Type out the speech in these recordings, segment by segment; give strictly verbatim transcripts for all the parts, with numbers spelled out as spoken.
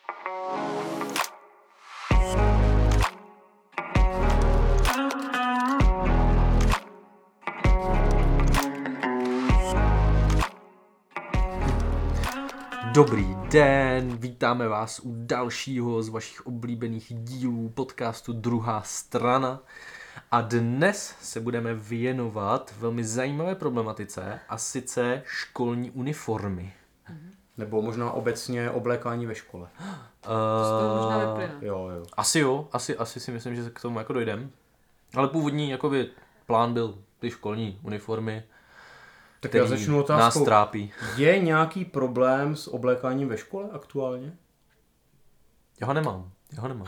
Dobrý den, vítáme vás u dalšího z vašich oblíbených dílů podcastu Druhá strana. A dnes se budeme věnovat velmi zajímavé problematice, a sice školní uniformy. Nebo možná obecně oblékání ve škole. To z toho možná vyplyne. Jo, jo. Asi jo, asi, asi si myslím, že se k tomu jako dojdem. Ale původní jakoby, plán byl ty školní uniformy, Tak já začnu nás otázkou. trápí. Je nějaký problém s oblékáním ve škole aktuálně? Já ho nemám, já ho nemám.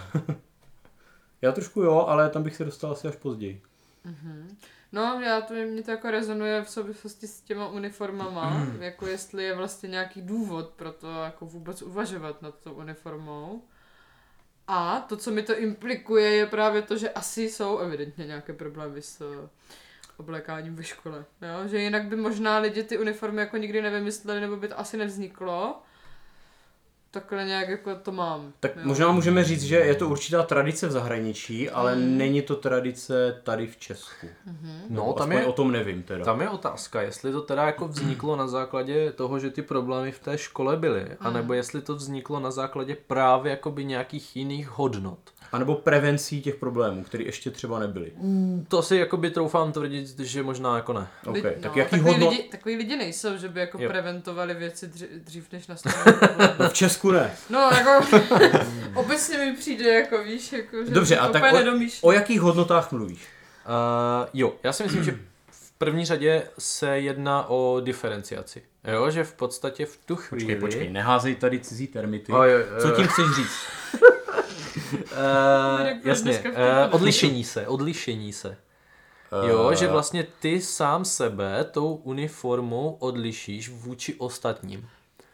Já trošku jo, ale tam bych se dostal asi až později. Mhm. No, já to, mě to jako rezonuje v souvislosti s těma uniformama, jako jestli je vlastně nějaký důvod pro to jako vůbec uvažovat nad tou uniformou. A to, co mi to implikuje, je právě to, že asi jsou evidentně nějaké problémy s uh, oblékáním ve škole. Jo? Že jinak by možná lidi ty uniformy jako nikdy nevymysleli, nebo by to asi nevzniklo. Takhle nějak jako to mám. Tak jo. možná můžeme říct, že je to určitá tradice v zahraničí, ale Mm. není to tradice tady v Česku. Mhm. No, Nebo tam aspoň je, o tom nevím teda. tam je otázka, jestli to teda jako vzniklo na základě toho, že ty problémy v té škole byly, anebo jestli to vzniklo na základě právě jakoby nějakých jiných hodnot. A nebo prevencí těch problémů, které ještě třeba nebyly. To si jakoby troufám tvrdit, že možná jako ne. OK, Lidi- tak no, jaký takový, hodnot... lidi, takový lidi nejsou, že by jako Jo. preventovali věci dřív, dřív než nastanou problém. No v Česku ne. No, jako obecně mi přijde, jako víš, jako, že Dobře, a to tak úplně o, nedomýšlím. o jakých hodnotách mluvíš? Uh, jo, já si myslím, že v první řadě se jedná o diferenciaci. Jo, že v podstatě v tu chvíli... Počkej, počkej, neházej tady cizí termity. O, jo, jo, Co jo. tím chceš říct? Uh, Jak jasně, dneska v uh, tomto. odlišení se, odlišení se. Jo, že vlastně ty sám sebe tou uniformou odlišíš vůči ostatním.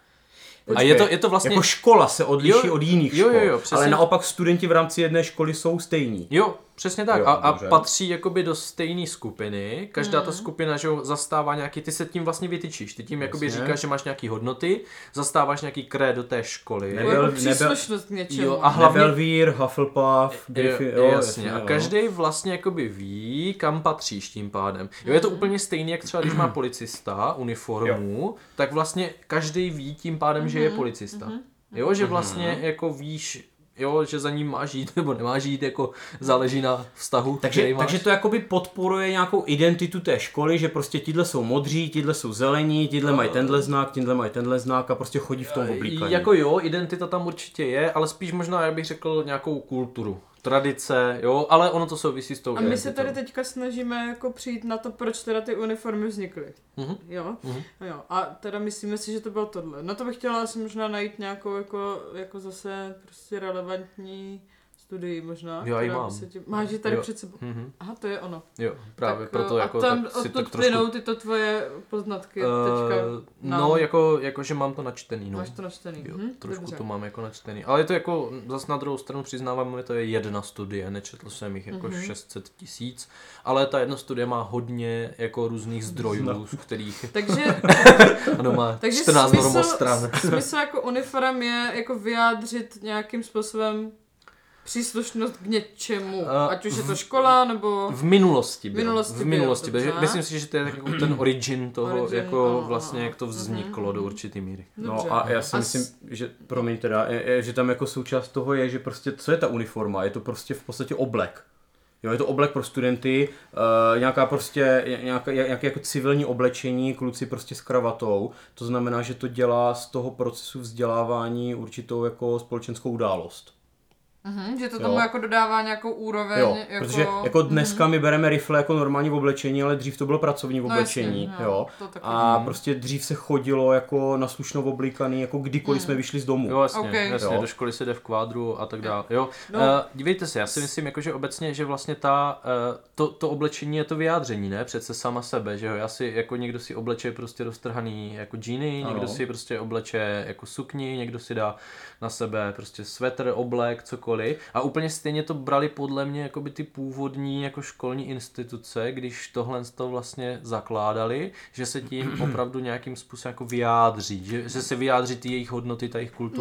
A Počkej, je to, je to vlastně... Jako škola se odliší Jo, od jiných jo, škol, jo, jo, přesně. ale naopak studenti v rámci jedné školy jsou stejní. Jo, přesně tak. Jo, a, a dobře. patří jakoby do stejné skupiny. Každá ta skupina, že jo, zastává nějaký, ty se tím vlastně vytyčíš. Ty tím jakoby Jasně. říkáš, že máš nějaký hodnoty, zastáváš nějaký krédo té školy. Nebyl- Jako nebyl- příslušnost k něčemu. Jo, a hlavně- Nebelvír, Hufflepuff, Griffin, Jo, jo, jasně. A jo. každý vlastně jakoby ví, kam patříš tím pádem. Jo, je to úplně stejný, jak třeba když má policista uniformu, tak vlastně každý ví tím pádem, že je policista. Jo, že vlastně jako víš, jo, že za ním máš jít nebo nemáš jít, jako záleží na vztahu, Takže, který máš. takže to jakoby podporuje nějakou identitu té školy, že prostě tíhle jsou modří, tíhle jsou zelení, tíhle mají tenhle znak, tíhle mají tenhle znak a prostě chodí v tom oblíkání. Jako jo, identita tam určitě je, ale spíš možná, já bych řekl, nějakou kulturu, tradice, jo, ale ono to souvisí s tou A my identitou. se tady teďka snažíme jako přijít na to, proč teda ty uniformy vznikly. Mhm. Jo? Mhm. jo? A teda myslíme si, že to bylo tohle. Na to bych chtěla asi možná najít nějakou jako, jako zase prostě relevantní studii možná. Jo, já ji která by mám. se tím... Máš ji tady Jo. před sebou. Mhm. Aha, to je ono. Jo, právě tak, proto a jako tam tak si odtud tak trošku... plynou tyto tvoje poznatky teďka. Uh, nám. no, jako, jako, že mám to načtený, no. Máš to načtený. Jo, Hm? trošku Dobře. to mám jako načtený. Ale je to jako, zas na druhou stranu přiznávám, že to je jedna studie, nečetl jsem jich jako Mhm. šest set tisíc, ale ta jedna studie má hodně jako různých zdrojů, z kterých, Takže, ano, má takže čtrnáct smysl, normostran. smysl jako uniform je jako vyjádřit nějakým způsobem příslušnost k něčemu. Uh, Ať už je to škola, nebo... V minulosti byl. minulosti v byl, minulosti byl. dobře. Myslím si, že to je jako ten origin toho, Origin, jako ano, vlastně, ano. jak to vzniklo Mhm. do určitý míry. Dobře. No a já si A myslím, s- že, promiň teda, je, je, že tam jako součást toho je, že prostě, co je ta uniforma? Je to prostě v podstatě oblek. Jo, je to oblek pro studenty, uh, nějaká prostě, nějaká, nějaké jako civilní oblečení, kluci prostě s kravatou. To znamená, že to dělá z toho procesu vzdělávání určitou jako společenskou událost. Mhm, že to Jo. tomu jako dodává nějakou úroveň. Jo, jako... protože jako dneska my bereme rifle jako normální oblečení, ale dřív to bylo pracovní No oblečení, jasně, jo. to taky. A Mhm. prostě dřív se chodilo jako na slušnou oblíkaný, jako kdykoliv Mhm. jsme vyšli z domu. Jo, jasně, Okay. jasně, Jo. do školy se jde v kvádru a tak dále. Jo, No. no. uh, dívejte se, já si myslím, jako, že obecně, že vlastně ta, uh, to, to oblečení je to vyjádření, ne? Přece sama sebe, že jo, já si, jako někdo si obleče prostě roztrhaný jako džíny, Ano. někdo si prostě obleče jako sukni, někdo si dá na sebe prostě svetr, oblek, cokoliv. A úplně stejně to brali podle mě jako by ty původní jako školní instituce, když tohle to vlastně zakládali, že se tím opravdu nějakým způsobem jako vyjádří, že, že se vyjádří ty jejich hodnoty, ta jejich kultura. No,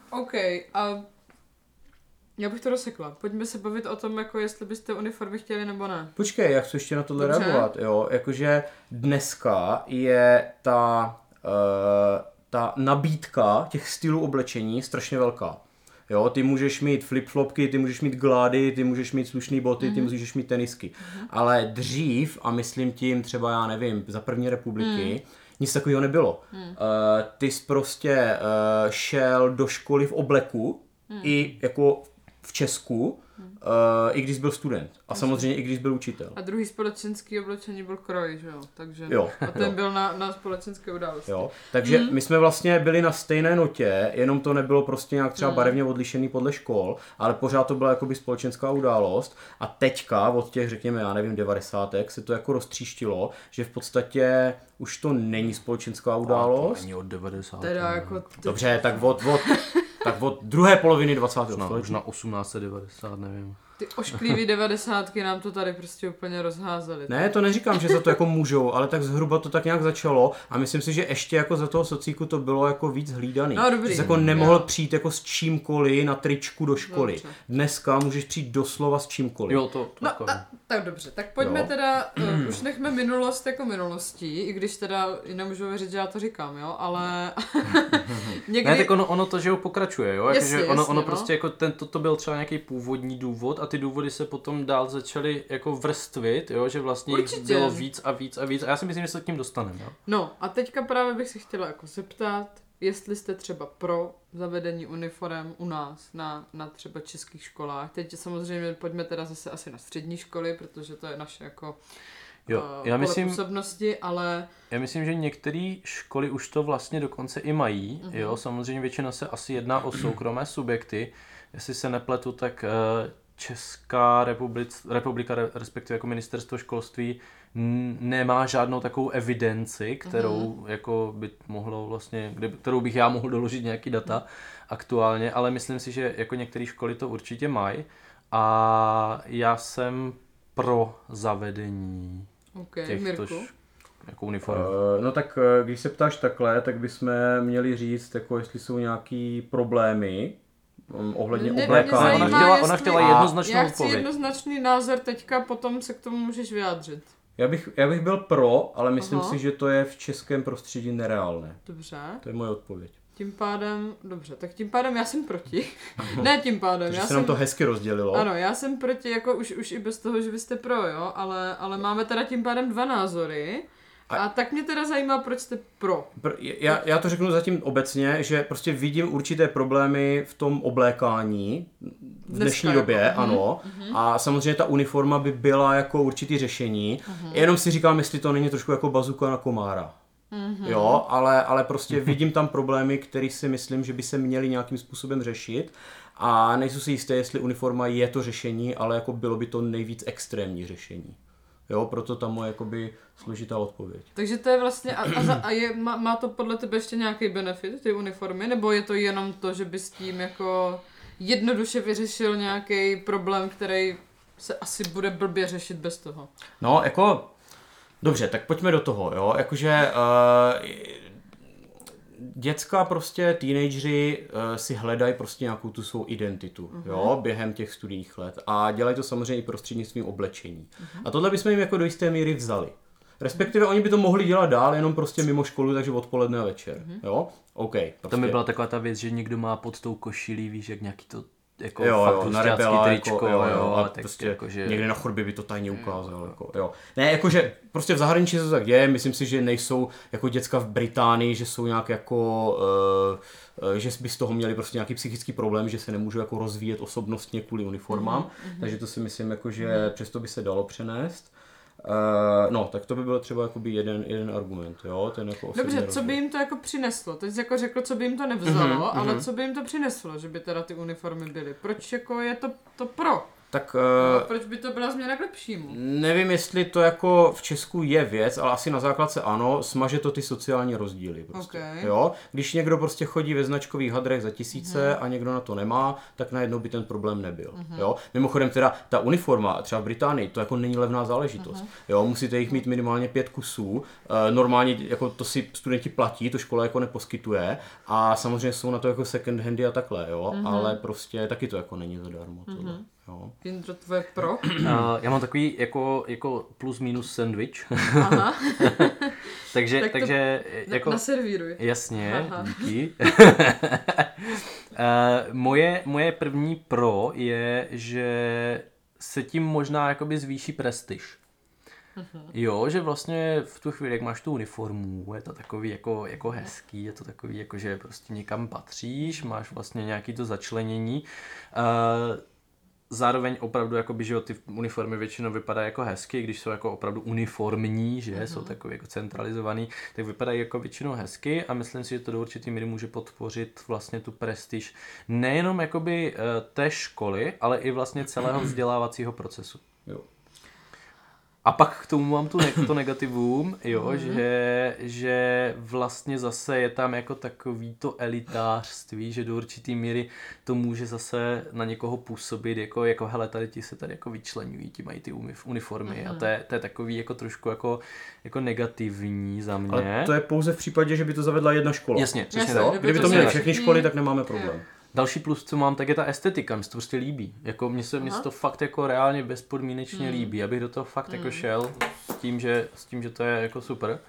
OK, a já bych to rozsekla. Pojďme se bavit o tom, jako jestli byste uniformy chtěli nebo ne. Počkej, já chci ještě na tohle Dobře. reagovat, jo, jakože dneska je ta, uh, ta nabídka těch stylů oblečení strašně velká. Jo, ty můžeš mít flip-flopky, ty můžeš mít glády, ty můžeš mít slušný boty, mm-hmm. ty můžeš mít tenisky. Mm-hmm. Ale dřív, a myslím tím třeba, já nevím, za první republiky, mm. nic takového nebylo. Mm. Uh, ty jsi prostě uh, šel do školy v obleku, mm. i jako v Česku, uh, i když byl student. A samozřejmě i když byl učitel. A druhý společenský oblečení byl kroj, že jo? Takže jo, a ten jo. byl na, na společenské události. Jo. Takže mm. my jsme vlastně byli na stejné notě, jenom to nebylo prostě nějak třeba mm. barevně odlišený podle škol, ale pořád to byla jakoby společenská událost. A teďka od těch, řekněme, já nevím, devadesátek se to jako roztříštilo, že v podstatě už to není společenská událost. To není od devadesátých. Teda jako ty... Dobře, tak od, od, tak od druhé poloviny dvacátého století. Už na osmnáct set devadesát, nevím. Ty ošklivý devadesátky nám to tady prostě úplně rozházely. Ne, to neříkám, že za to jako můžou, ale tak zhruba to tak nějak začalo a myslím si, že ještě jako za toho socíku to bylo jako víc hlídaný. No, dobrý. Že jsi jako nemohl jo. přijít jako s čímkoliv na tričku do školy. Dobře. Dneska můžeš přijít doslova s čímkoliv. Jo, to, to no, a, tak dobře, tak pojďme jo. teda, uh, už nechme minulost jako minulostí, i když teda nemůžu věřit, že já to říkám, jo, ale někdy... Ne, tak ono, ono to, že ho pokračuje, jo, jasně, jako, že ono, jasně, ono no. prostě jako ten, to, to byl třeba nějaký původní důvod a ty důvody se potom dál začaly jako vrstvit, jo, že vlastně jich bylo víc a víc a víc a já si myslím, že se k tím dostaneme, jo. No a teďka právě bych se chtěla jako zeptat, jestli jste třeba pro zavedení uniform u nás na, na třeba českých školách. Teď samozřejmě pojďme teda zase asi na střední školy, protože to je naše jako jo, uh, já pole myslím, působnosti, ale... Já myslím, že některé školy už to vlastně dokonce i mají, uh-huh. jo, samozřejmě většina se asi jedná o soukromé subjekty, jestli se nepletu, tak uh, Česká republic, republika, respektive jako ministerstvo školství n- nemá žádnou takovou evidenci, kterou uh-huh. jako by mohlo vlastně, kde, kterou bych já mohl doložit nějaký data uh-huh. aktuálně, ale myslím si, že jako některé školy to určitě mají a já jsem pro zavedení okay, těchto š- jako uniform. Uh, no tak když se ptáš takhle, tak bychom měli říct, jako jestli jsou nějaký problémy um, ohledně ne, oblékání. Ona chtěla, ona chtěla jednoznačnou já chci odpověď. jednoznačný názor teďka, potom se k tomu můžeš vyjádřit. Já bych, já bych byl pro, ale myslím Aha. si, že to je v českém prostředí nereálné. Dobře. To je moje odpověď. Tím pádem, dobře, tak tím pádem já jsem proti. ne tím pádem, Takže já se jsem... nám to hezky rozdělilo. Ano, já jsem proti, jako už, už i bez toho, že vy jste pro, jo, ale, ale máme teda tím pádem dva názory. A, a tak mě teda zajímá, proč jste pro. Já, já to řeknu zatím obecně, že prostě vidím určité problémy v tom oblékání v dnešní Dneska, době, jako. ano. Mm-hmm. A samozřejmě ta uniforma by byla jako určitý řešení. Mm-hmm. Jenom si říkám, jestli to není trošku jako bazuka na komára. Mm-hmm. Jo, ale, ale prostě vidím tam problémy, které si myslím, že by se měly nějakým způsobem řešit. A nejsem si jistý, jestli uniforma je to řešení, ale jako bylo by to nejvíc extrémní řešení. Jo, proto ta moje jakoby složitá odpověď. Takže to je vlastně, a, a, za, a je, má, má to podle tebe ještě nějaký benefit, ty uniformy, nebo je to jenom to, že by s tím jako jednoduše vyřešil nějaký problém, který se asi bude blbě řešit bez toho? No, jako, dobře, tak pojďme do toho, jo, jakože uh, děcka prostě, teenageři uh, si hledají prostě nějakou tu svou identitu, uh-huh. jo, během těch studijních let a dělají to samozřejmě i prostřednictvím oblečení. Uh-huh. A tohle bychom jim jako do jisté míry vzali. Respektive oni by to mohli dělat dál, jenom prostě mimo školu, takže odpoledne a večer, uh-huh. jo, OK. Prostě. To by byla taková ta věc, že někdo má pod tou košilí, víš, jak nějaký to jako jo, fakt jo, na rebela, tričko, jako, jo, jo, a tak prostě jako, že... někde na chodbě by to tajně ukázal, jako, jo. Ne, jakože prostě v zahraničí se to tak děje, myslím si, že nejsou jako děcka v Británii, že jsou nějak jako, uh, uh, že by z toho měli prostě nějaký psychický problém, že se nemůžou jako rozvíjet osobnostně kvůli uniformám, mm-hmm. takže to si myslím, jako, že mm-hmm. přesto by se dalo přenést. Uh, no, tak to by byl třeba jakoby jeden, jeden argument, jo, ten jako dobře, rozvoj. Co by jim to jako přineslo? Teď jsi jako řekl, co by jim to nevzalo, mm-hmm, ale mm-hmm. co by jim to přineslo, že by teda ty uniformy byly? Proč jako je to, to pro? Tak no, proč by to byla změna k lepšímu? Nevím, jestli to jako v Česku je věc, ale asi na základce ano, smaže to ty sociální rozdíly. Prostě. Okay. Jo? Když někdo prostě chodí ve značkových hadrech za tisíce uh-huh. a někdo na to nemá, tak najednou by ten problém nebyl. Uh-huh. Jo? Mimochodem teda ta uniforma, třeba v Británii, to jako není levná záležitost. Uh-huh. Jo? Musíte jich mít minimálně pět kusů. E, normálně jako to si studenti platí, to škola jako neposkytuje a samozřejmě jsou na to jako second handy a takhle, jo? Uh-huh. Ale prostě taky to jako není zadarmo. Uh-huh. Jo. Jindro, tvoje pro? Uh, já mám takový jako, jako plus minus sandwich. Aha. takže, tak takže jako... naservíruj. Jasně, aha. Díky. uh, moje, moje první pro je, že se tím možná jakoby zvýší prestiž. Uh-huh. Jo, že vlastně v tu chvíli, jak máš tu uniformu, je to takový jako, jako hezký, je to takový jako, že prostě někam patříš, máš vlastně nějaký to začlenění. Uh, Zároveň opravdu, jakoby, že jo, ty uniformy většinou vypadají jako hezky, když jsou jako opravdu uniformní, že uh-huh. jsou takový jako centralizovaný, tak vypadají jako většinou hezky a myslím si, že to do určitý míry může podpořit vlastně tu prestiž nejenom jakoby té školy, ale i vlastně celého vzdělávacího procesu. Jo. A pak k tomu mám tu ne- to negativum, jo, mm. že, že vlastně zase je tam jako takový to elitářství, že do určitý míry to může zase na někoho působit, jako, jako hele, tady ti se tady jako vyčleňují, ti mají ty uniformy mm. a to je, to je takový jako trošku jako, jako negativní za mě. Ale to je pouze v případě, že by to zavedla jedna škola. Jasně, přesně Jasně, tak. Kdyby to měly všechny školy, tak nemáme problém. Je. Další plus, co mám, tak je ta estetika, mi se to prostě líbí. Jako mně se, mně se to fakt jako reálně bezpodmínečně mm. líbí, abych do toho fakt mm. jako šel s tím, že, s tím, že to je jako super.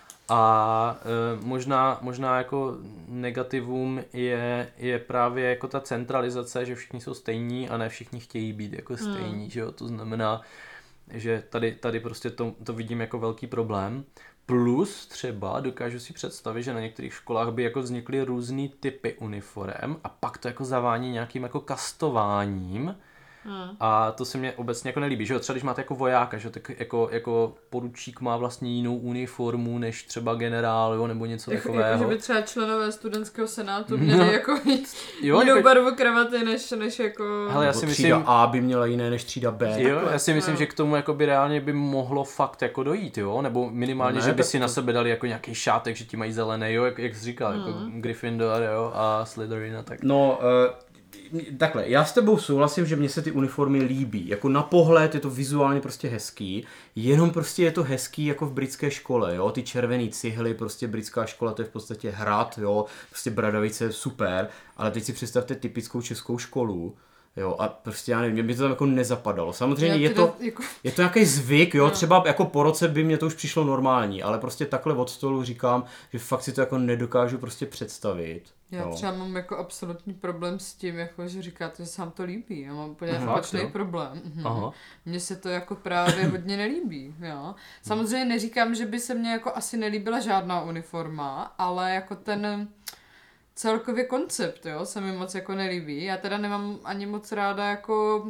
A e, možná, možná jako negativum je, je právě jako ta centralizace, že všichni jsou stejní a ne všichni chtějí být jako stejní, mm. že jo? To znamená, že tady, tady prostě to, to vidím jako velký problém. Plus třeba dokážu si představit, že na některých školách by jako vznikly různý typy uniform a pak to jako zavání nějakým jako kastováním. Hmm. A to se mně obecně jako nelíbí, že jo, třeba když máte jako vojáka, že jo, tak jako, jako poručík má vlastně jinou uniformu než třeba generál, jo, nebo něco jako, takového. Jako, že by třeba členové studentského senátu měli no. jako jo, jinou jako... barvu kravaty než, než jako... Hele, já si myslím... Třída A by měla jiné než třída B. Jo, já si myslím, no. že k tomu jako by reálně by mohlo fakt jako dojít, jo, nebo minimálně, ne, že by si to... na sebe dali jako nějaký šátek, že ti mají zelený, jo, jak, jak jsi říkal, hmm. jako Gryffindor, jo, a Slytherin a tak. No, uh... Takhle, já s tebou souhlasím, že mně se ty uniformy líbí. Jako na pohled je to vizuálně prostě hezký, jenom prostě je to hezký jako v britské škole, jo, ty červený cihly, prostě britská škola, to je v podstatě hrad, jo, prostě Bradavice, super, ale teď si představte typickou českou školu, jo, a prostě já nevím, mě by to tam jako nezapadalo. Samozřejmě je to, jako... je to nějaký zvyk, jo, no. Třeba jako po roce by mě to už přišlo normální, ale prostě takhle od stolu říkám, že fakt si to jako nedokážu prostě představit. Já jo. třeba mám jako absolutní problém s tím, jako že říkáte, že se vám to líbí. Já mám úplně Aha, opačný problém. Mhm. Mně se to jako právě hodně nelíbí. Jo. Samozřejmě neříkám, že by se mně jako asi nelíbila žádná uniforma, ale jako ten celkově koncept, jo, se mi moc jako nelíbí. Já teda nemám ani moc ráda jako...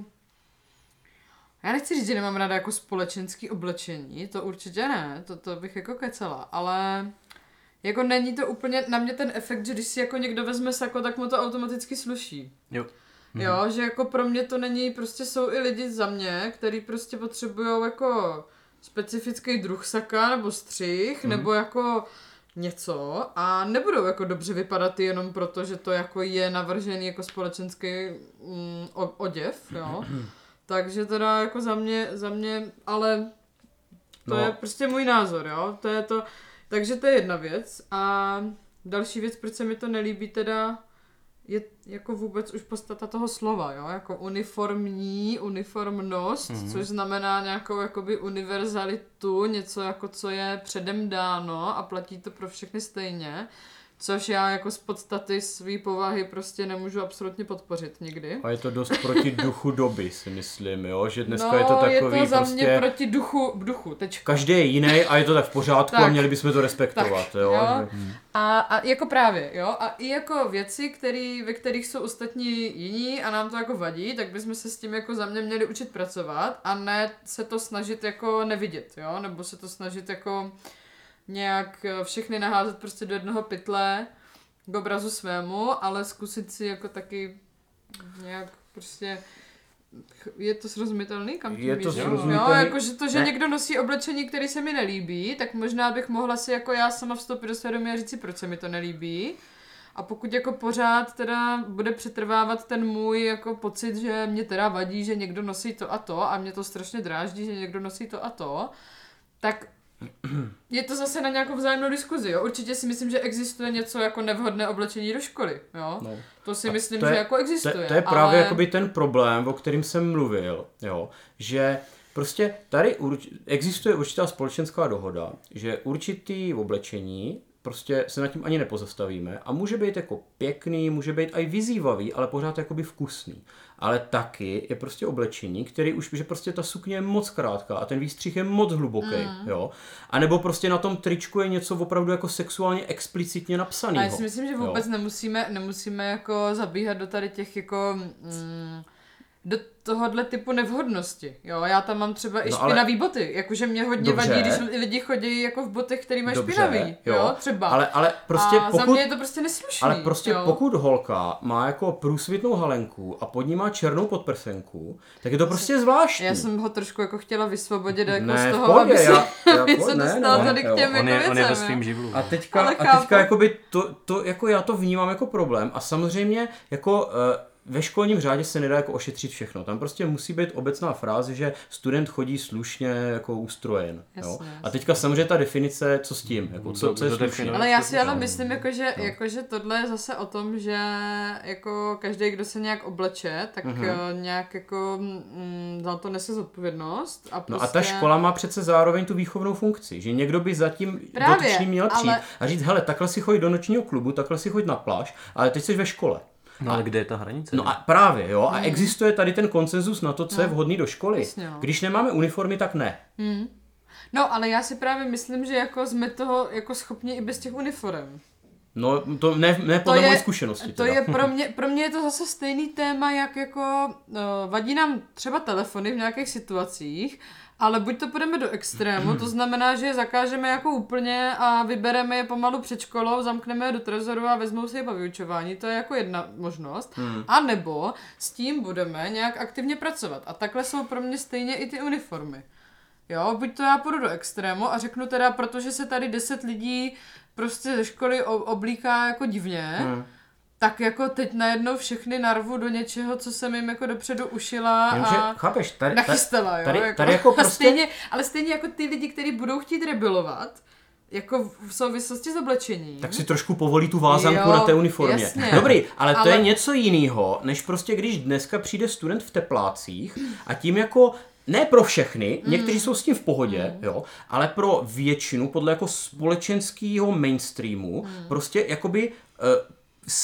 Já nechci říct, že nemám ráda jako společenský oblečení, to určitě ne, to, to bych jako kecela, ale... Jako není to úplně na mě ten efekt, že když si jako někdo vezme sako, tak mu to automaticky sluší. Jo. Mhm. Jo, že jako pro mě to není, prostě jsou i lidi za mě, který prostě potřebujou jako specifický druh saka nebo střih, mhm. nebo jako něco a nebudou jako dobře vypadat jenom proto, že to jako je navržený jako společenský mm, oděv, jo. Takže teda jako za mě, za mě, ale to no. je prostě můj názor, jo, to je to... Takže to je jedna věc a další věc, proč se mi to nelíbí teda, je jako vůbec už podstata toho slova, jo, jako uniformní, uniformnost, mm-hmm. což znamená nějakou jakoby univerzalitu, něco jako co je předem dáno a platí to pro všechny stejně, což já jako z podstaty své povahy prostě nemůžu absolutně podpořit nikdy. A je to dost proti duchu doby, si myslím, jo, že dneska no, je to takový je to za prostě... mě proti duchu, duchu, tečka. Každý je jiný a je to tak v pořádku tak, a měli bychom to respektovat, tak, jo. jo. Že... A, a jako právě, jo, a i jako věci, který, ve kterých jsou ostatní jiní a nám to jako vadí, tak bychom se s tím jako za mě měli učit pracovat a ne se to snažit jako nevidět, jo, nebo se to snažit jako nějak všechny naházet prostě do jednoho pytle k obrazu svému, ale zkusit si jako taky nějak prostě Je to srozumitelný, kam tím Je to mířím? srozumitelný. Jo, jakože to, že Ne. někdo nosí oblečení, který se mi nelíbí, tak možná bych mohla si jako já sama vstoupit do svědomí a říct si, proč se mi to nelíbí. A pokud jako pořád teda bude přetrvávat ten můj jako pocit, že mě teda vadí, že někdo nosí to a to a mě to strašně dráždí, že někdo nosí to a to, tak je to zase na nějakou vzájemnou diskuzi, jo. Určitě si myslím, že existuje něco jako nevhodné oblečení do školy, jo. No. To si A myslím, to je- že jako existuje. To, to je právě ale... jakoby ten problém, o kterým jsem mluvil, jo, že prostě tady urč, existuje určitá společenská dohoda, že určitý oblečení prostě se nad tím ani nepozastavíme a může být jako pěkný, může být i vyzývavý, ale pořád jakoby vkusný. Ale taky je prostě oblečení, který už, že prostě ta sukně je moc krátká a ten výstřih je moc hluboký, mm. jo. A nebo prostě na tom tričku je něco opravdu jako sexuálně explicitně napsaného. A já si myslím, že vůbec nemusíme, nemusíme jako zabíhat do tady těch jako... Mm, do tohohle typu nevhodnosti. Jo, já tam mám třeba i no, špinavý boty. Jakože mě hodně dobře. vadí, když lidi chodí jako v botech, který mají Dobře, špinavý. Jo, jo třeba. Ale, ale prostě a pokud, za mě je to prostě neslušný. Ale prostě jo. pokud holka má jako průsvitnou halenku a pod ní má černou podprsenku, tak je to prostě zvláštní. Já jsem ho trošku jako chtěla vysvobodit jako ne, z toho, pohodě, aby se, já, já, aby po, se ne, dostal ne, tady jo. k těm On jako je, věcem. on je ve jo. svým živlu. A teďka, Ale a teďka chápu. jakoby to, to, jako já to vnímám jako problém a samozřejmě jako... Uh, ve školním řádě se nedá jako ošetřit všechno. Tam prostě musí být obecná fráze, že student chodí slušně jako ustrojen. Jasně, Jo? jasně. A teďka samozřejmě ta definice, co s tím, jako co, co je To slušně. definuje. Ale já si ale No. myslím, jako, že, No. jako, že tohle je zase o tom, že jako každý, kdo se nějak obleče, tak mm-hmm. nějak jako mm, za to nese zodpovědnost. A prostě... No a ta škola má přece zároveň tu výchovnou funkci, že někdo by zatím Právě, dotyčný měl přijít ale- a říct, hele, takhle si chodí do nočního klubu, takhle si chodí na pláž, ale teď jsi ve škole. No ale kde je ta hranice? No a právě, jo, a existuje tady ten konsenzus na to, co je vhodný do školy. Jasně, no. Když nemáme uniformy, tak ne. No, ale já si právě myslím, že jako jsme toho jako schopni i bez těch uniform. No to ne, ne podle je- mojí zkušenosti. To teda. je pro mě, pro mě je to zase stejný téma, jak jako uh, vadí nám třeba telefony v nějakých situacích, ale buď to půjdeme do extrému, to znamená, že je zakážeme jako úplně a vybereme je pomalu před školou, zamkneme je do trezoru a vezmou si je po vyučování, to je jako jedna možnost. Hmm. A nebo s tím budeme nějak aktivně pracovat. A takhle jsou pro mě stejně i ty uniformy. Jo, buď to já půjdu do extrému a řeknu teda, protože se tady deset lidí prostě ze školy o- oblíká jako divně, Hmm. tak jako teď najednou všechny narvu do něčeho, co jsem jim jako dopředu ušila Jenomže, a chápeš, tady, nachystala, jo. tady, jako, tady jako a prostě... stejně, ale stejně jako ty lidi, kteří budou chtít rebelovat, jako v souvislosti s oblečením. Tak si trošku povolí tu vázanku Jo, na té uniformě. jasně. Dobrý, ale, ale to Ale- je něco jiného, než prostě když dneska přijde student v teplácích a tím jako ne pro všechny, mm. někteří jsou s tím v pohodě, mm. jo, ale pro většinu podle jako společenského mainstreamu mm. prostě jakoby uh,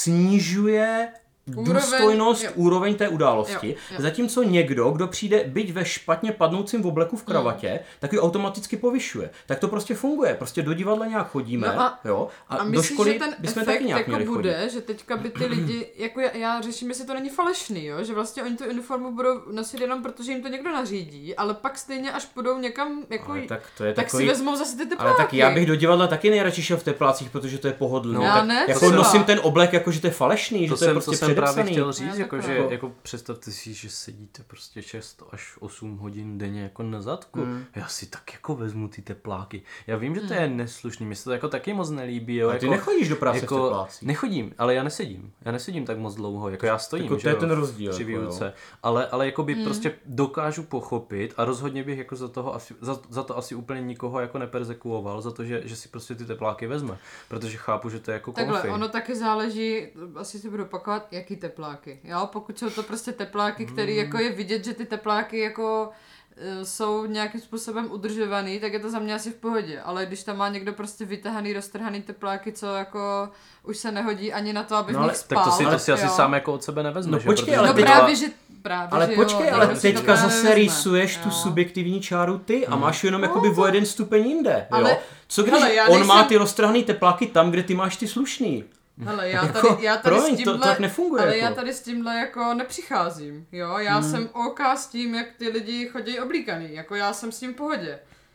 snižuje Úroveň, důstojnost, jo. úroveň té události. Jo, jo. Zatímco někdo, kdo přijde byť ve špatně padnoucím v obleku v kravatě, mm. tak ji automaticky povyšuje. Tak to prostě funguje. Prostě do divadla nějak chodíme, No a- jo, a, A do myslíš, školy že ten bychom efekt taky nějak jako měli bude, chodit. že teďka by ty lidi, jako já, já řeším, jestli to není falešný, jo? Že vlastně oni tu uniformu budou nosit jenom protože jim to někdo nařídí, ale pak stejně až půjdou někam, jako, Ale tak to je tak takový... si vezmou zase ty tepláky. Ale tak já bych do divadla taky nejradši šel v teplácích, protože to je pohodlné. No, já tak ne, jako třeba. nosím ten oblek, jako že to je falešný, To že to je jsem, prostě to jsem právě předepsaný. chtěl říct, Já jako, takhle. že jako představte si, že sedíte prostě šest až osm hodin denně jako na zadku. Hmm. Já si tak jako vezmu ty tepláky. Já vím, že to je neslušný, mi se to jako taky moc nelíbí. Jo, A ty jako, nechodíš do práce jako, v teplácích. Nechodím, ale já nesedím. Já nesedím tak moc dlouho, jako já stojím, Jako to že je jo, ten rozdíl, při jako jo. výuce. Ale, ale jako by prostě dokážu pochopit a rozhodně bych jako za, toho asi, za, za to asi úplně nikoho jako neperzekuoval, za to, že, že si prostě ty tepláky vezme. Protože chápu, že to je jako Takhle, konfy. ono taky záleží, asi si budu opakovat, jaký tepláky, jo, pokud jsou to prostě tepláky, který jako je vidět, že ty tepláky jako e, jsou nějakým způsobem udržovaný, tak je to za mě asi v pohodě, ale když tam má někdo prostě vytahaný, roztrhaný tepláky, co jako už se nehodí ani na to, aby No v ale- nich spál. Tak to si, to si asi jo. sám jako od sebe nevezmeš. No že? počkej, Protože ale No teď- právě, že právě, Ale že počkej, jo, ale někdo si to teďka právě zase nevezme, rýsuješ tu jo. subjektivní čáru ty a máš ji jenom No, jakoby to- o jeden stupeň jinde, jo? Ale- Co když hele, já on nejsem- má ty roztrhaný tepláky tam, kde ty máš ty slušný? Hele, já Jako, tady, já tady promiň, s to- tímhle, to tak nefunguje, ale jako. já tady s tímhle jako nepřicházím, jo, já hmm. jsem OK s tím, jak ty lidi chodí oblíkaný, jako já jsem s tím v pohodě.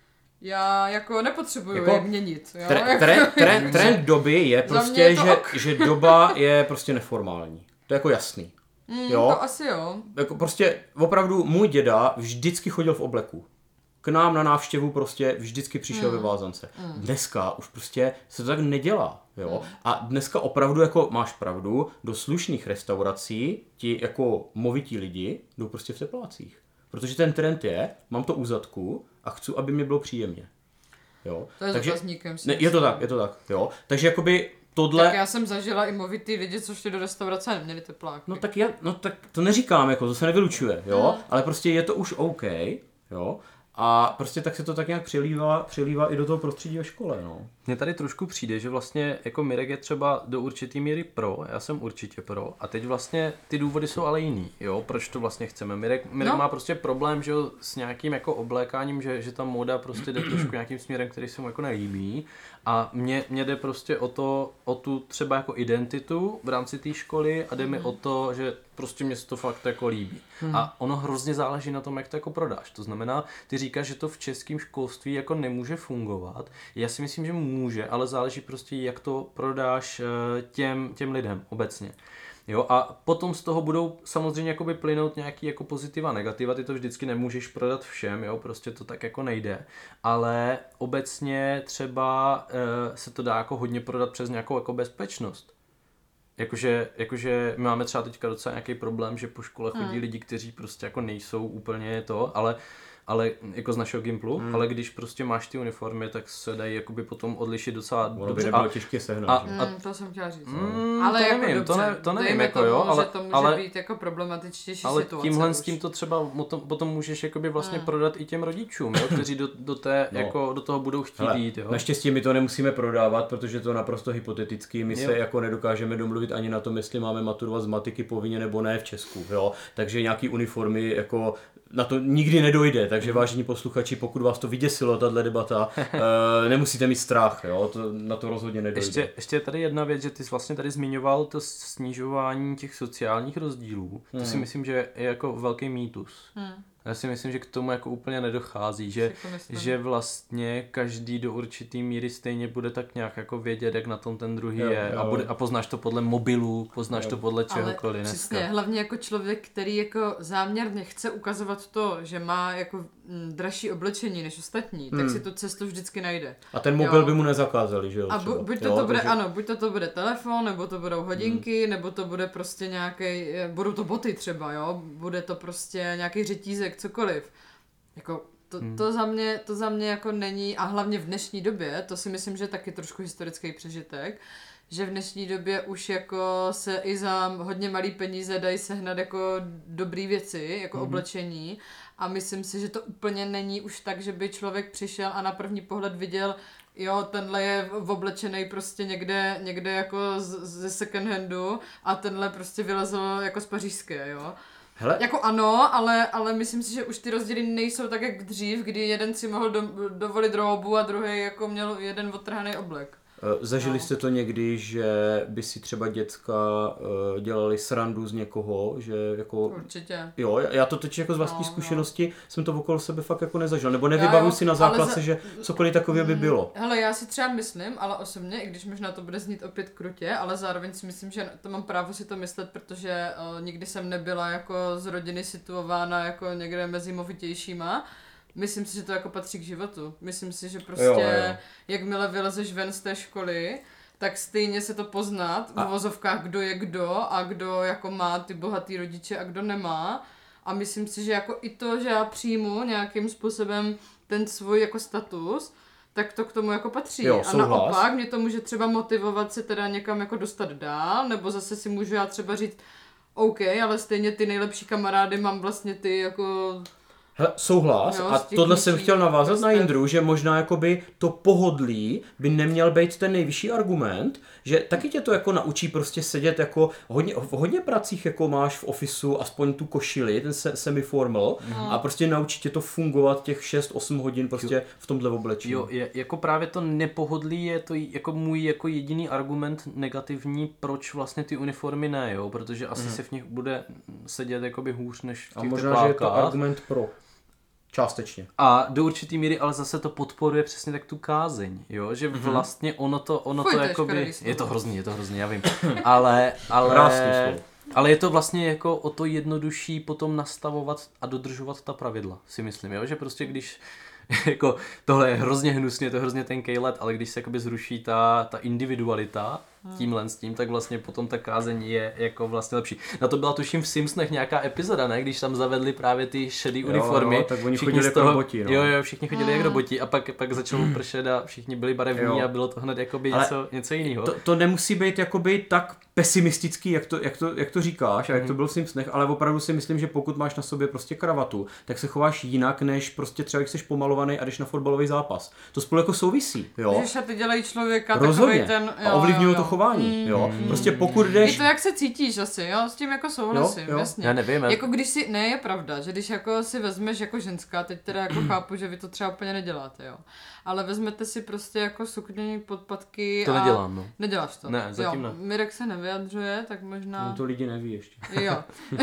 Já jako nepotřebuju Jako je měnit, jo. Tre, jako, tre, tre, trend doby je Za mě prostě, je to že, ok. že doba je prostě neformální. To je jako jasný. Mm, jo? To asi jo. Jako prostě opravdu můj děda vždycky chodil v obleku. K nám na návštěvu prostě vždycky přišel mm. ve vázance. Mm. Dneska už prostě se to tak nedělá, jo. Mm. A dneska opravdu jako máš pravdu, do slušných restaurací ti jako movití lidi jdou prostě v teplácích. Protože ten trend je, mám to u zadku a chci, aby mi bylo příjemně. Jo. To je Takže, zákazníkem. Ne, je to tak, je to tak, jo. Takže jakoby tohle... Tak já jsem zažila i movitý lidi, co šli do restaurace a neměli tepláky. No tak, já, no tak to neříkám, jako, to se nevylučuje, jo. Mm. Ale prostě je to už OK, jo. A prostě tak se to tak nějak přilívá, přilívá i do toho prostředí ve škole, no. Mně tady trošku přijde, že vlastně jako Mirek je třeba do určitý míry pro, já jsem určitě pro, a teď vlastně ty důvody jsou ale jiný, jo, proč to vlastně chceme. Mirek, Mirek no. má prostě problém, že jo, s nějakým jako oblékáním, že, že ta móda prostě jde trošku nějakým směrem, který se mu jako nelíbí, a mě, mě jde prostě o to, o tu třeba jako identitu v rámci té školy a jde mm. mi o to, že prostě mě se to fakt jako líbí. Mm. A ono hrozně záleží na tom, jak to jako prodáš. To znamená, ty říkáš, že to v českém školství jako nemůže fungovat. Já si myslím, že může, ale záleží prostě, jak to prodáš těm, těm lidem obecně. Jo, a potom z toho budou samozřejmě jakoby plynout nějaký jako pozitiva, negativa, ty to vždycky nemůžeš prodat všem, jo, prostě to tak jako nejde, ale obecně třeba e, se to dá jako hodně prodat přes nějakou jako bezpečnost. Jakože, jakože my máme třeba teďka docela nějaký problém, že po škole chodí hmm. lidi, kteří prostě jako nejsou úplně to, ale ale jako z našeho Gimplu, hmm. ale když prostě máš ty uniformy, tak se dají jakoby potom odlišit docela ono dobře. By nebylo těžké sehnat. A, a, mm, to jsem chtěla říct. Mm, ale to jako nevím, dobře, to, ne, to nevím, jako tomu, jo, ale, že to může ale, být jako problematičtější ale situace. tímhle už. s tím to třeba potom, potom můžeš jakoby vlastně hmm. prodat i těm rodičům, jo, kteří do, do, té, no. jako, do toho budou chtít Hele, jít. Jo. Naštěstí my to nemusíme prodávat, protože to je naprosto hypotetický. My jo. se jako nedokážeme domluvit ani na tom, jestli máme maturovat z matiky povinně nebo ne v Česku. Jo. Takže nějaký uniformy jako na to nikdy nedojde, takže vážení posluchači, pokud vás to vyděsilo, tato debata, e, nemusíte mít strach, jo? To, na to rozhodně nedojde. Ještě, ještě je tady jedna věc, že ty jsi vlastně tady zmiňoval to snižování těch sociálních rozdílů, to hmm. si myslím, že je jako velký mýtus. Hmm. Já si myslím, že k tomu jako úplně nedochází, že, že vlastně každý do určitý míry stejně bude tak nějak jako vědět, jak na tom ten druhý jo, je jo. A, bude, a poznáš to podle mobilu, poznáš jo. to podle čehokoliv dneska. Přesně, hlavně jako člověk, který jako záměrně chce ukazovat to, že má jako m, dražší oblečení než ostatní, hmm. tak si tu cestu vždycky najde. A ten mobil jo. by mu nezakázali, že jo? A bu, buď to, jo, to bude, takže... ano, buď to, to bude telefon, nebo to budou hodinky, hmm. nebo to bude prostě nějaký, budou to boty třeba, jo, bude to prostě nějaký řetízek, cokoliv. Jako to, hmm. to, za mě, to za mě jako není, a hlavně v dnešní době, to si myslím, že je taky trošku historický přežitek, že v dnešní době už jako se i za hodně malý peníze dají sehnat jako dobrý věci, jako hmm. oblečení, a myslím si, že to úplně není už tak, že by člověk přišel a na první pohled viděl, jo, tenhle je oblečený prostě někde, někde jako ze second handu a tenhle prostě vylezl jako z pařížské, jo. Hele. Jako ano, ale, ale myslím si, že už ty rozdíly nejsou tak, jak dřív, kdy jeden si mohl do, dovolit roubu a druhý jako měl jeden odtrhaný oblek. Zažili no. jste to někdy, že by si třeba děcka uh, dělali srandu z někoho, že jako... Určitě. Jo, já to teď jako z vlastní no, zkušenosti no. jsem to okolo sebe fakt jako nezažil, nebo nevybavuji si na základce, za... že cokoliv takového by bylo. Hele, já si třeba myslím, ale osobně, i když možná to bude znít opět krutě, ale zároveň si myslím, že to mám právo si to myslet, protože uh, nikdy jsem nebyla jako z rodiny situována jako někde mezi movitějšíma. Myslím si, že to jako patří k životu. Myslím si, že prostě, jo, jo. jakmile vylezeš ven z té školy, tak stejně se to poznat v uvozovkách, kdo je kdo a kdo jako má ty bohatý rodiče a kdo nemá. A myslím si, že jako i to, že já přijmu nějakým způsobem ten svůj jako status, tak to k tomu jako patří. Jo, a naopak mě to může třeba motivovat se teda někam jako dostat dál, nebo zase si můžu já třeba říct, OK, ale stejně ty nejlepší kamarády mám vlastně ty jako... Hele, souhlas, jo, a tohle jsem chtěl navázat prostě na Jindru, že možná jakoby to pohodlí by neměl být ten nejvyšší argument, že taky tě to jako naučí prostě sedět jako hodně, v hodně pracích jako máš v ofisu aspoň tu košili, ten se, semi-formal no. a prostě naučí tě to fungovat těch šest osm hodin prostě jo. v tomhle oblečení. Jo, je, jako právě to nepohodlí je to jako můj jako jediný argument negativní, proč vlastně ty uniformy ne, jo, protože asi mm. se v nich bude sedět jakoby hůř než v těch a možná, teplákách. že je to argument pro. Částečně. A do určitý míry, ale zase to podporuje přesně tak tu kázeň, jo, že vlastně ono to, ono Fuj, to to jakoby, je, je to hrozný, je to hrozný, já vím, ale, ale, Krásný slovo. Ale je to vlastně jako o to jednodušší potom nastavovat a dodržovat ta pravidla, si myslím, jo? Že prostě když jako tohle je hrozně hnusně, to je hrozně tenkej led, ale když se jakoby zruší ta, ta individualita tímhle s tím, tak vlastně potom ta kázeň je jako vlastně lepší. Na to byla tuším v Simpsonech nějaká epizoda, ne? Když tam zavedli právě ty šedý jo, uniformy. Jo, tak oni chodili jako roboti, no. Jo, jo, všichni chodili jak roboti a pak, pak začalo pršet a všichni byli barevní jo. a bylo to hned jakoby něco, něco jiného. To, to nemusí být jakoby tak pesimistický, jak to, jak to, jak to říkáš a jak to bylo v Simpsonech, ale opravdu si myslím, že pokud máš na sobě prostě kravatu, tak se chováš jinak, než prostě třeba když jsi pomalovaný a jdeš na fotbalový zápas. To spolu jako souvisí, jo. Že ty dělají člověka rozhodně. Takovej ten, jo, a ovlivňují jo, to chování, mm, jo. Mm, Prostě pokud jdeš... Je to jak se cítíš asi, jo, s tím jako souhlasím, jo, jo. jasně. Já nevím. Jako když si, ne, je pravda, že když jako si vezmeš jako ženská, teď teda jako chápu, že vy to třeba úplně neděláte, jo. Ale vezmete si prostě jako sukně, podpatky to a... nedělám, no. Neděláš to? Ne, zatím jo. ne. Mirek se nevyjadřuje, tak možná... No to lidi neví ještě. Jo.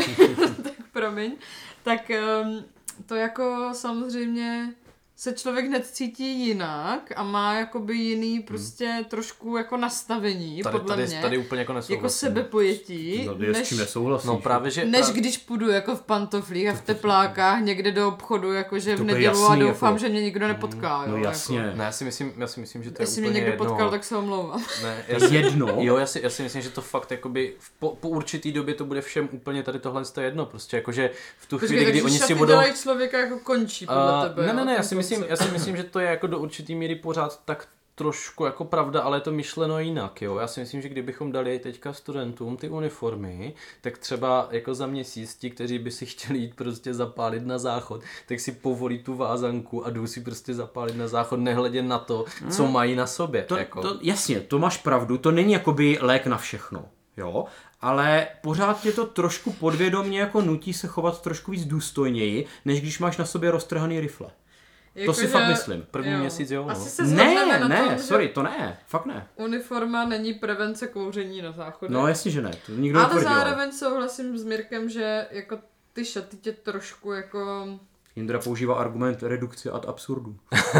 Tak promiň. Tak um, to jako samozřejmě se člověk hned cítí jinak a má jakoby jiný prostě hmm. trošku jako nastavení, tady, podle tady, mě. Tady úplně jako nesouhlasím. Jako sebepojetí. No, než, s čím nesouhlasíš. No právě, že... Než když půjdu jako v pantoflích a v teplákách někde do obchodu, jakože v nedělu jasný, a doufám, jako... že mě nikdo nepotká. No jo, jasně. Jako. Ne, já si myslím, já si myslím, že to je Jestli úplně mě někdo jedno. potkal, tak se omlouvám. Ne, já si, jedno? Jo, já si, já si myslím, že to fakt jakoby po, po určitý době to bude všem úplně tady tohle je jedno. Prostě jakože v tu chvíli, kdy oni si budou... dělají člověka jako končí podle uh, tebe. Ne, ne, ne, já si, myslím, myslím, já si myslím, že to je jako do určitý míry pořád tak trošku jako pravda, ale je to myšleno jinak, jo. Já si myslím, že kdybychom dali teďka studentům ty uniformy, tak třeba jako za měsíc ti, kteří by si chtěli jít prostě zapálit na záchod, tak si povolí tu vázanku a jdou si prostě zapálit na záchod, nehledě na to, co mají na sobě. To, jako. to, jasně, to máš pravdu, to není jakoby lék na všechno, jo. Ale pořád tě to trošku podvědomě jako nutí se chovat trošku víc důstojněji, než když máš na sobě roztrhaný rifle. Jako to si že... fakt myslím. První jo. měsíc, jo. Asi no. se ne, na ne, tom, sorry, to ne, fakt ne. Uniforma není prevence kouření na záchodě. No jasně, že ne, to nikdo ale netvrdil. zároveň souhlasím s Mirkem, že jako ty šaty tě trošku jako... Jindra používá argument redukce ad absurdum.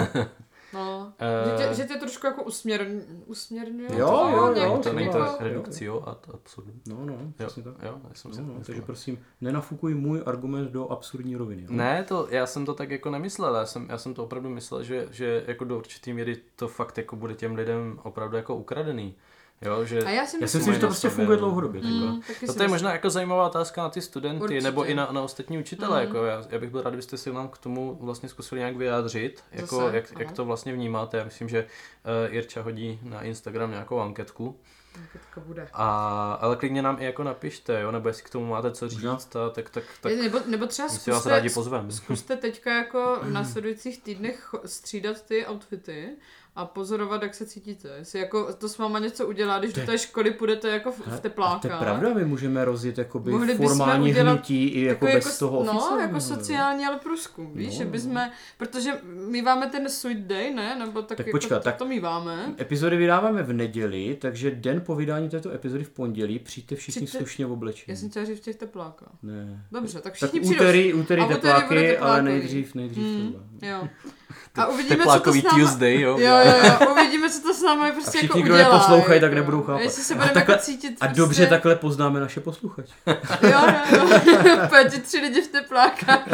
No, uh... že, tě, že tě trošku jako usměr, usměrňuje. Jo, jo, jo. jo to to není jako... to redukcio ad absurdum. No, no, přesně tak. Jo, já jsem si no, to no, takže prosím, nenafukuj můj argument do absurdní roviny. Jo? Ne, to, já jsem to tak jako nemyslel, já jsem, já jsem to opravdu myslel, že, že jako do určitý míry to fakt jako bude těm lidem opravdu jako ukradený. Jo, že a já si myslím, já si myslím že to prostě funguje dlouhodobě. Mm, no to je možná jako zajímavá otázka na ty studenty, určitě. Nebo i na, na ostatní učitele. Mm. Jako já, já bych byl rád, kdybyste se nám k tomu vlastně zkusili nějak vyjádřit, jako Zase, jak, jak to vlastně vnímáte. Já myslím, že uh, Jirča hodí na Instagram nějakou anketku. Anketka bude. A, ale klidně nám i jako napište, jo, nebo jestli k tomu máte co říct, a, tak, tak, tak nebo, nebo třeba zkuste, vás rádi pozvem. Zkuste teďka jako v následujících týdnech střídat ty outfity a pozorovat, jak se cítíte. Jestli jako to s váma něco udělá, když do té školy půjdete jako v, v teplákách. To je pravda, my můžeme rozjet jakoby Mohli formální hnutí i jako bez jako, toho oficiálního. No, jako sociální, ale průzkum, víš, no, že bychom, protože my máme ten sweet day, ne? Nebo tak, tak jako počkat, to, tak to míváme. Epizody vydáváme v neděli, takže den po vydání této epizody v pondělí přijďte všichni přijďte, slušně oblečení. Já jsem chtěla říct v těch teplákách. Ne. Dobře, tak všichni tak úterý, úterý tepláky, ale teplákový. nejdřív, nejdřív mm, jo. A uvidíme, teplákový co to s náma... Tuesday, jo. Jo, jo, jo, uvidíme, co to s námi prostě jako udělá. A všichni, kdo neposlouchají, jako. tak nebudou chápat. Jestli se budeme a, takhle, jako cítit a prostě... dobře takhle poznáme naše posluchače. Jo, jo, jo. Pojďte tři lidi v teplákách.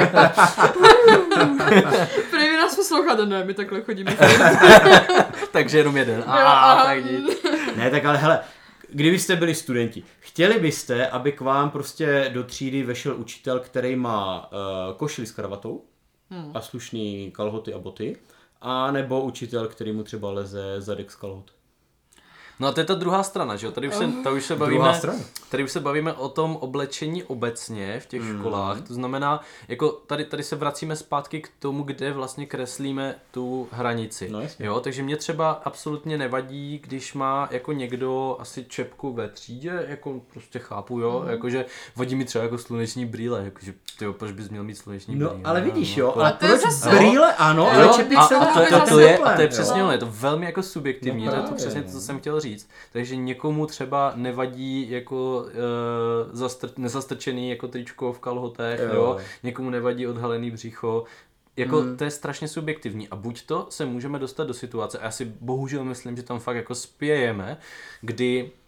První nás posloucháte, ne, my takhle chodíme. Takže jenom jeden. A, a, tak ne, tak ale hele, kdybyste byli studenti, chtěli byste, aby k vám prostě do třídy vešel učitel, který má uh, košili s kravatou hmm. a slušný kalhoty a boty, a nebo učitel, který mu třeba leze zadek z kalhot? No a to je ta druhá strana, že jo? Tady už se, tady už se bavíme, tady už se bavíme o tom oblečení obecně v těch mm. školách. To znamená, jako tady, tady se vracíme zpátky k tomu, kde vlastně kreslíme tu hranici. No, jo? Takže mě třeba absolutně nevadí, když má jako někdo asi čepku ve třídě, jako prostě chápu, jo? Mm. Jakože vadí mi třeba jako sluneční brýle, jakože tyjo, proč bys měl mít sluneční brýle? No, ale vidíš, jo, no, ale proč zase... brýle, ano, jo, ale čepice a, a, to, to, a, to je, a to je jo. přesně ono, je to velmi jako subjektivní, no, to je to přesně to, co jsem chtěl říct. Takže někomu třeba nevadí jako e, zastr- nezastrčený jako tričko v kalhotech, jo. Jo? Někomu nevadí odhalený břicho. Jako mm. to je strašně subjektivní a buď to se můžeme dostat do situace, a já si bohužel myslím, že tam fakt jako spějeme, kdy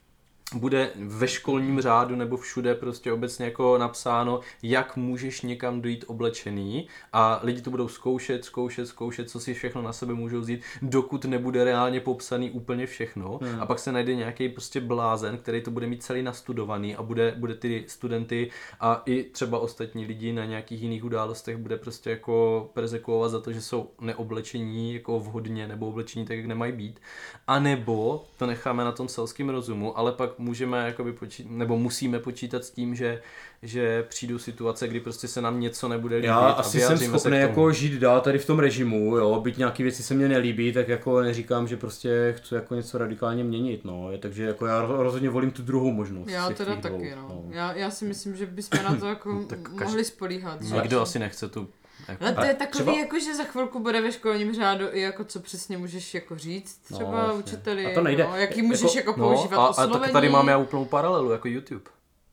bude ve školním řádu nebo všude prostě obecně jako napsáno, jak můžeš někam dojít oblečený a lidi to budou zkoušet, zkoušet, zkoušet, co si všechno na sebe můžou vzít, dokud nebude reálně popsaný úplně všechno hmm. a pak se najde nějaký prostě blázen, který to bude mít celý nastudovaný a bude, bude ty studenty a i třeba ostatní lidi na nějakých jiných událostech bude prostě jako perzekuovat za to, že jsou neoblečení jako vhodně nebo oblečení tak, jak nemají být. A nebo to necháme na tom selském rozumu, ale pak můžeme jakoby počítat, nebo musíme počítat s tím, že, že přijdou situace, kdy prostě se nám něco nebude líbit. Já a asi jsem schopný jako žít dál tady v tom režimu, jo, byť nějaký věci se mně nelíbí, tak jako neříkám, že prostě chci jako něco radikálně měnit, no, takže jako já rozhodně volím tu druhou možnost. Já teda taky, dvou, no. no. Já, já si myslím, že bychom na to jako mohli spolíhat. Nikdo asi nechce tu. Jako, ale to je takový, třeba... jako, že za chvilku bude ve školním řádu i jako co přesně můžeš jako říct třeba no, učiteli, a to nejde. No, jaký můžeš jako, jako používat no, a, oslovení. A tady máme já úplnou paralelu jako YouTube.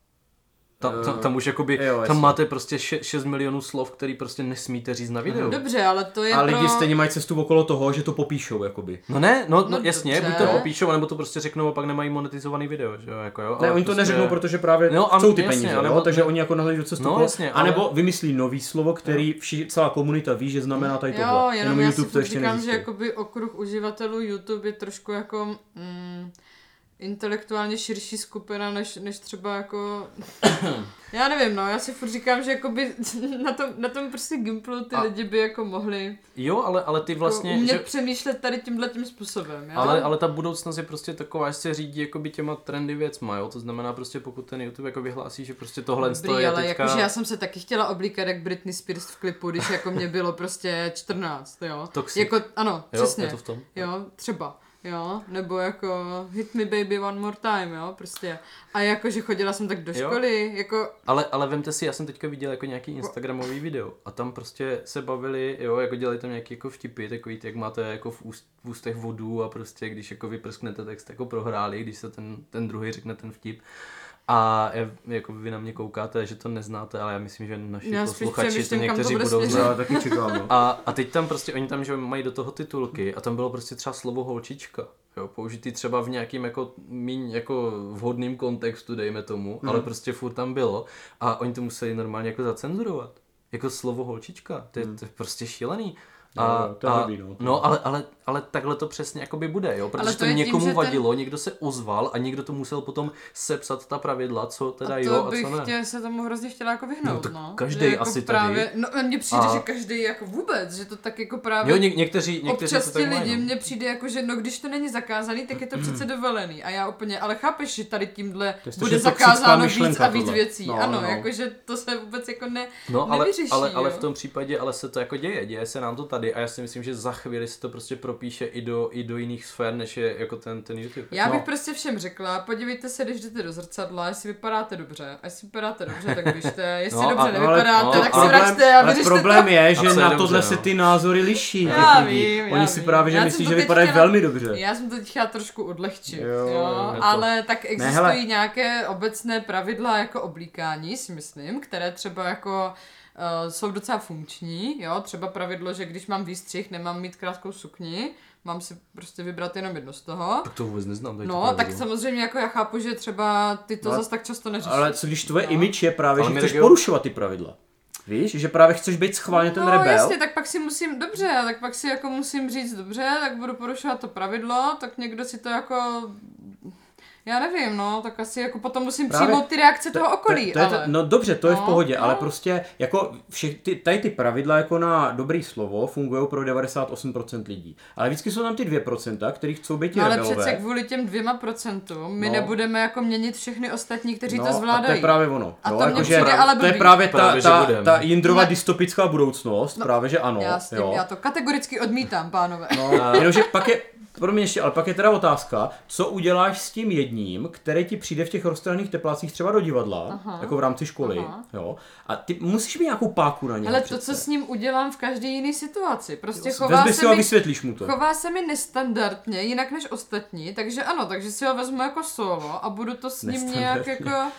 Tam, tam, tam už jakoby, jo, tam máte prostě šest milionů slov, který prostě nesmíte říct na videu. Dobře, ale to je A pro... lidi stejně mají cestu okolo toho, že to popíšou, jakoby. No ne, no, no, no jasně, dobře. Buď to popíšou, nebo to prostě řeknou a pak nemají monetizovaný video, že jo, jako jo. Ne, oni prostě... to neřeknou, protože právě no, jsou ty jasně, peníze, anebo, jo, takže ne... oni jako nahledají cestu no, okolo, jasně, anebo ale... vymyslí nový slovo, který vši, celá komunita ví, že znamená tady tohle. Jo, jenom, jenom já YouTube si to ještě říkám, že jakoby okruh uživatelů YouTube je trošku jako... Mm, intelektuálně širší skupina, než, než třeba jako... Já nevím, no, já si furt říkám, že jakoby na tom, na tom prostě Gimplu ty a... lidi by jako mohli... Jo, ale, ale ty vlastně... Jako umět že... přemýšlet tady tímhletím způsobem, jo? Ale, ale ta budoucnost je prostě taková, že se řídí jakoby těma trendy věcma, jo? To znamená prostě pokud ten YouTube jako vyhlásí, že prostě tohle Dobrý, je ale teďka... jakože já jsem se taky chtěla oblíkat jak Britney Spears v klipu, když jako mě bylo prostě čtrnáct, jo? Toxic. Jako, ano, jo, přesně. Je to v tom? Jo, třeba. Jo, nebo jako hit me baby one more time, jo, prostě. A jako, že chodila jsem tak do školy, jo. jako... Ale, ale vemte si, já jsem teďka viděl jako nějaký instagramový video a tam prostě se bavili, jo, jako dělají tam nějaký jako vtipy, takový, jak máte jako v, úst, v ústech vodu a prostě když jako vyprsknete, tak jste jako prohráli, když se ten, ten druhý řekne ten vtip. A jako vy na mě koukáte, že to neznáte, ale já myslím, že naši já posluchači to někteří to budou znát. Taky čekám, no. a, a teď tam prostě, oni tam že mají do toho titulky a tam bylo prostě třeba slovo holčička, jo, použitý třeba v nějakým jako míň jako vhodným kontextu, dejme tomu, hmm. ale prostě furt tam bylo a oni to museli normálně jako zacenzurovat. Jako slovo holčička, to je, hmm. to je prostě šílený. A, no, to a, hodí, no. no ale, ale, ale takhle to přesně jakoby bude, jo, protože to, to někomu tím, vadilo, ten... někdo se ozval a někdo to musel potom sepsat ta pravidla, co teda a jo a co ne. A to bych se tomu hrozně chtěla jako vyhnout, no. no. Každý jako asi právě, tady. No mně přijde, a... že každý jako vůbec, že to tak jako právě... Jo, ně- někteří, někteří občas to tak lidi, mají, mně přijde jako, že no když to není zakázaný, tak je to přece dovolený a já úplně, ale chápeš, že tady tímhle bude zakázáno víc a víc tohle. Věcí, no, ano, no. Jakože to se vůbec jako ne, no, ale, nevyřeší, ale, ale v tom případě, ale se to jako děje, děje se nám to tady a já si myslím, že za chvíli se to prostě propíše i do, i do jiných sfér, než je jako ten, ten YouTube. Já bych no. prostě všem řekla, podívejte se, když jdete do zrcadla, jestli vypadáte dobře. A jestli vypadáte dobře, tak běžte. Jestli no, dobře a, nevypadáte, no, tak si vraťte a vyřešte to. Problém je, že na tohle se ty názory liší. Já vím, já Oni si vím. právě, že myslí, že vypadají velmi dobře. Já jsem to teď chtěla trošku odlehčit, jo, jo, ale tak existují nějaké obecné pravidla jako oblíkání, si myslím, které třeba jako Uh, jsou docela funkční, jo, třeba pravidlo, že když mám výstřih, nemám mít krátkou sukni, mám si prostě vybrat jenom jedno z toho. Tak to vůbec neznám. No, tak samozřejmě jako já chápu, že třeba ty to ale, zas tak často neřešíš. Ale co když tvoje no. image je právě, ale že chceš region... porušovat ty pravidla. Víš, že právě chceš být schválně ten no, rebel. No jasně, tak pak si musím, dobře, tak pak si jako musím říct, dobře, tak budu porušovat to pravidlo, tak někdo si to jako... Já nevím, no, tak asi jako potom musím právě přijmout ty reakce to, toho okolí, to, to ale... To, no dobře, to no, je v pohodě, no. ale prostě jako vše, ty, tady ty pravidla jako na dobrý slovo fungují pro devadesát osm procent lidí. Ale vždycky jsou tam ty dvě procenta, kteří chcou být ti no, ale rebelové. přece kvůli těm dvěma procentům my no. nebudeme jako měnit všechny ostatní, kteří no, to zvládají. A to je právě ono. A no, to jako, mě přijde ale blbý. To je právě ta, právě, ta, ta, ta Jindrova ne. dystopická budoucnost, no, právě že ano. Já, s tím, jo. já to kategoricky odmítám, pánové. No, jenomže pak je... Pro mě ještě, ale pak je teda otázka, co uděláš s tím jedním, který ti přijde v těch roztrhaných teplácích třeba do divadla, aha, jako v rámci školy, jo, a ty musíš mít nějakou páku na něj. Ale to, co s ním udělám v každé jiné situaci, prostě jo, chová se, si mi, a vysvětlíš mu to. Chová se mi nestandardně, jinak než ostatní, takže ano, takže si ho vezmu jako solo a budu to s ním nějak jako...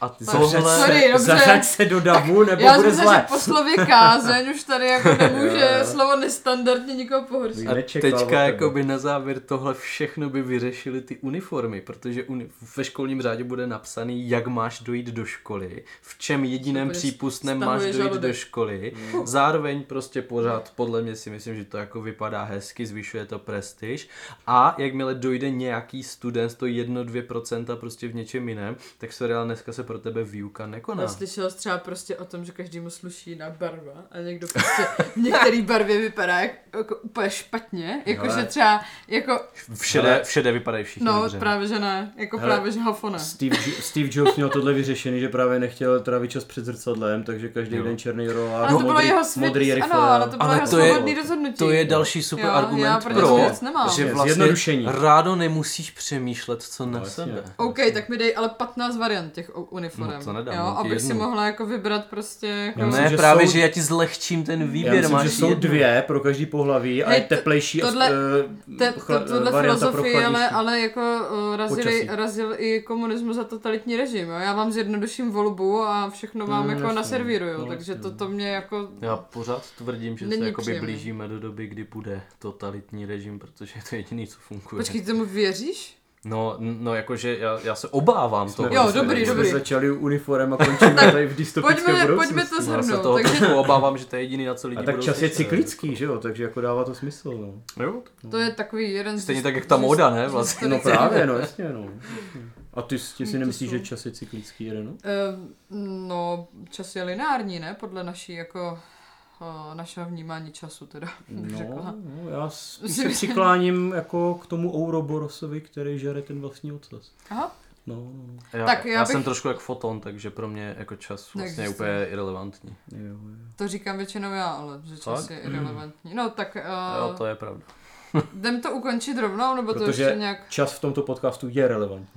A Tohle... tohle... Sorry, dobře. Zařaď se do davu, nebo Já bude myslím, zle. že po slově kázeň už tady jako nemůže slovo nestandardně nikoho pohoršit. A Nečekal od teďka tebe. jakoby na závěr tohle všechno by vyřešili ty uniformy, protože uni- ve školním řádě bude napsaný, jak máš dojít do školy, v čem jediném bude přípustném stahuje máš dojít žaludek. do školy. Zároveň prostě pořád, podle mě si myslím, že to jako vypadá hezky, zvyšuje to prestiž a jakmile dojde nějaký student, to jedno, dvě procenta prostě v něčem jiném, tak se reálně dneska se pro tebe výuka nekoná. Já slyšel jsi třeba prostě o tom, že každému sluší jiná barva a někdo prostě v některé barvě vypadá jak, jako úplně špatně, jakože třeba jako, V šedé, v šedé vypadají všichni no dobře. právě že ne, jako Hele, právě že hafona. Steve, Steve Jobs měl tohle vyřešený, že právě nechtěl trávit čas před zrcadlem, takže každý Jo. den černý rolák, Ale to bylo modrý, jeho svět, modrý ano, rifle. ale to bylo Ale jeho to je- svobodný rozhodnutí. To je další super Jo, já argument pro pro, něj nic nemám. že vlastně Zjednodušení. rádo nemusíš přemýšlet, co No, nese. jasně. OK, tak mi dej ale patnáct variant těch u- uniform. No, to nedám, jo, mám ti abych si jednu. mohla jako vybrat prostě jako... Já myslím, Ne, že právě, jsou- že já ti zlehčím ten Já výběr, myslím, máš že jsou jednu. dvě pro každý pohlaví a Hej, je teplejší tohle- a uh, Te, to, tohle filozofie, ale, ale jako uh, razili, Počasí. razil i komunismus a totalitní režim. Jo? Já vám zjednoduším volbu a všechno vám Mm, jako jasně, naservíruju, no, takže jasně. to, to mě jako... Já pořád tvrdím, že Není se jakoby příjemný. blížíme do doby, kdy bude totalitní režim, protože je to jediný, co funguje. Počkej, ty tomu věříš? No, n- no jakože já, já se obávám toho. Jo, že- dobrý, jsme dobrý. začali uniform a končíme tady v dystopické Pojďme, budoucnosti. pojďme to No, já se shrnout. toho Takže trochu obávám, že to je jediný, na co lidi A tak budou čas je slyšet. cyklický, že jo, takže jako dává to smysl, no. Jo? to je takový jeden... Stejně z- tak, jak ta z- móda, ne, z- vlastně. No historických- právě, no jasně, no. A ty, ty si To nemyslíš, jsou- že čas je cyklický jeden, no? Eh, No, čas je lineární, ne? Podle naší jako... o, našeho vnímání času teda, bych řekla. No, no, já spíš se přikláním jako k tomu Ouroborosovi, který žere ten vlastní ocas. Aha, No, no, no. Já, Tak já já bych- jsem trošku jak foton, takže pro mě jako čas vlastně je Neexistuje. úplně irrelevantní. Jo, jo. to říkám většinou já, ale že čas Tak? je irrelevantní. No tak Jo, uh, to je pravda. jdem to ukončit rovnou, nebo to Protože ještě nějak... čas v tomto podcastu je relevantní.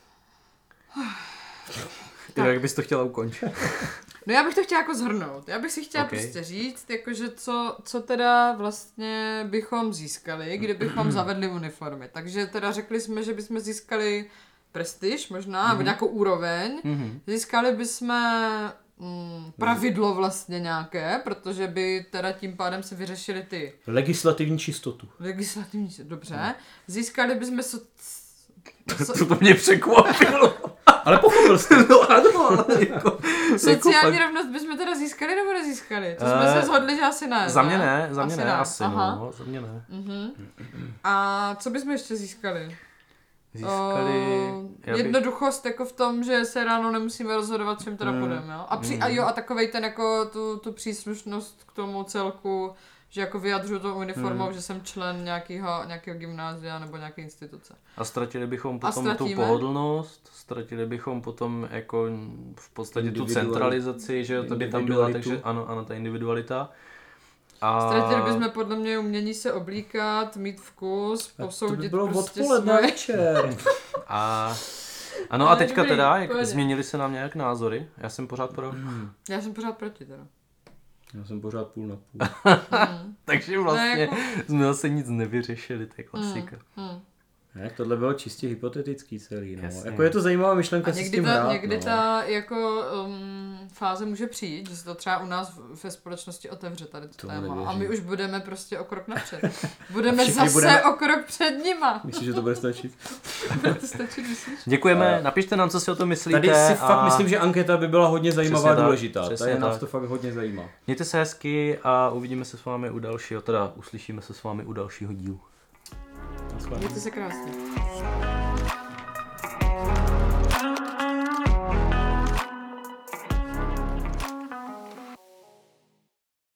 Tak. Jak bys to chtěla ukončit? No já bych to chtěla jako zhrnout. Já bych si chtěla Ok. okay. prostě říct, jakože co, co teda vlastně bychom získali, kdybychom zavedli uniformy. Takže teda řekli jsme, že bychom získali prestiž možná, mm-hmm. nebo nějakou úroveň. Mhm. Získali bychom mm, pravidlo vlastně nějaké, protože by teda tím pádem se vyřešily ty Legislativní čistotu. legislativní, dobře. Získali bychom so, so, To mě překvapilo. Ale pochopil jste. No ano, ale jako... sociální jako rovnost bychom teda získali nebo nezískali? To jsme Eh, se shodli, že asi ne. Za mě ne, za mě Asi ne, asi Aha. no, za mě ne. Mhm. A co bychom ještě získali? Získali... O, já bych- jednoduchost jako v tom, že se ráno nemusíme rozhodovat, čím teda Mm. půjdeme, jo? A, při, a jo, a takovej ten jako tu, tu příslušnost k tomu celku, že jako vyjadřuju tou uniformou, Mm. že jsem člen nějakého, nějakého gymnázia nebo nějaké instituce. A ztratili bychom potom tu ztratíme? pohodlnost, ztratili bychom potom jako v podstatě tu Individuali- centralizaci, že jo, to by tam byla, individualitu. takže ano, ano, ta individualita. A... Ztratili bychom podle mě umění se oblíkat, mít vkus, To by posoudit bylo prostě odpoledne svoje... večer. A... Ano a Ale teďka dobrý, teda, jak pohodě. změnili se nám nějak názory? Já jsem pořád pro. Já jsem pořád proti teda. Já jsem pořád půl na půl. Mm. Takže Ne, vlastně jako, jsme zase nic nevyřešili, to je klasika. mm. Ne, tohle bylo čistě hypotetický celý, no. Jasně. Jako je to zajímavá myšlenka A si s někdy tím ta, hrát, někdy no. ta jako um, fáze může přijít, že se to třeba u nás v- ve společnosti otevře tady to To téma. nevěřím. A my už budeme prostě o krok napřed. Budeme všichni zase budeme- o krok před nima. Myslíš, že to bude stačit? Bude to stačit, myslíš? Děkujeme, A- napište nám, co si o tom myslíte. Tady si a fakt myslím, že anketa by byla hodně zajímavá Přesně a tak, důležitá. přesně Tady nás tak. to fakt hodně zajímá. Mějte se hezky a uvidíme se s vámi u dalšího, teda uslyšíme se s vámi u dalšího dílu. Naschledanou. Mějte se krásně.